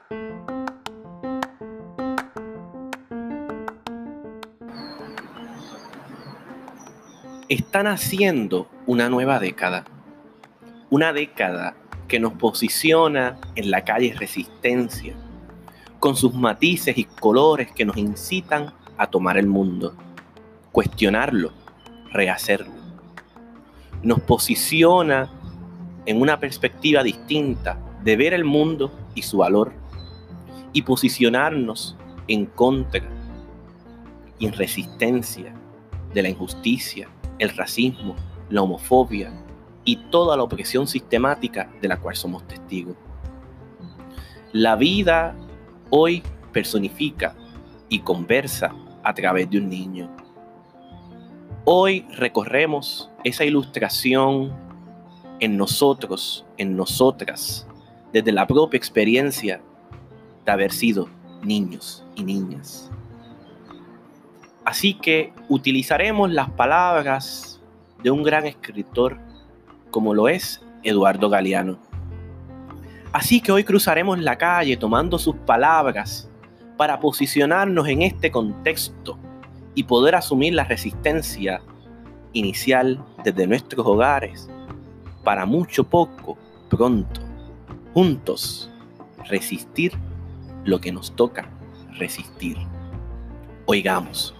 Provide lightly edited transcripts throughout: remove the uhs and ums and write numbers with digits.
Está naciendo una nueva década. Una década que nos posiciona en la calle Resistencia, con sus matices y colores que nos incitan a tomar el mundo, cuestionarlo, rehacerlo. Nos posiciona en una perspectiva distinta de ver el mundo y su valor, y posicionarnos en contra y en resistencia de la injusticia, el racismo, la homofobia y toda la opresión sistemática de la cual somos testigos. La vida hoy personifica y conversa a través de un niño. Hoy recorremos esa ilustración en nosotros, en nosotras, desde la propia experiencia de haber sido niños y niñas. Así que utilizaremos las palabras de un gran escritor como lo es Eduardo Galeano. Así que hoy cruzaremos la calle tomando sus palabras para posicionarnos en este contexto y poder asumir la resistencia inicial desde nuestros hogares para mucho poco, pronto, juntos, resistir lo que nos toca resistir. Oigamos.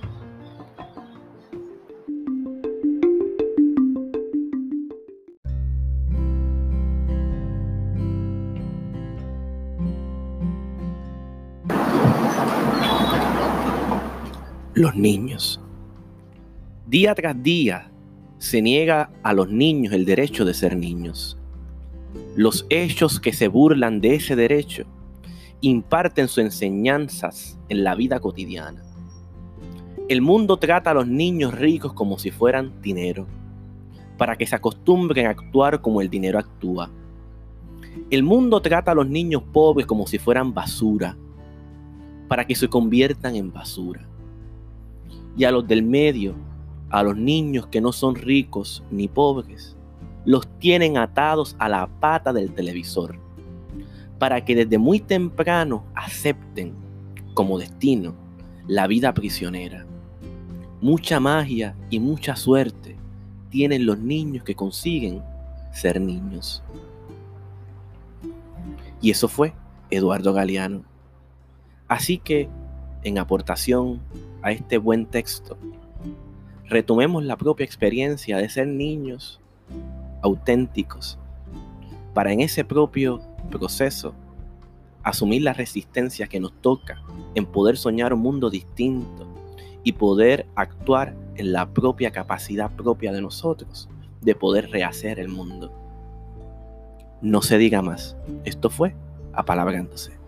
Los niños. Día tras día se niega a los niños el derecho de ser niños. Los hechos que se burlan de ese derecho imparten sus enseñanzas en la vida cotidiana. El mundo trata a los niños ricos como si fueran dinero, para que se acostumbren a actuar como el dinero actúa. El mundo trata a los niños pobres como si fueran basura, para que se conviertan en basura. Y a los del medio, a los niños que no son ricos ni pobres, los tienen atados a la pata del televisor, para que desde muy temprano acepten como destino la vida prisionera. Mucha magia y mucha suerte tienen los niños que consiguen ser niños. Y eso fue Eduardo Galeano. Así que, en aportación a este buen texto, retomemos la propia experiencia de ser niños auténticos para en ese propio proceso asumir la resistencia que nos toca en poder soñar un mundo distinto y poder actuar en la propia capacidad propia de nosotros de poder rehacer el mundo. No se diga más. Esto fue Apalabrándose.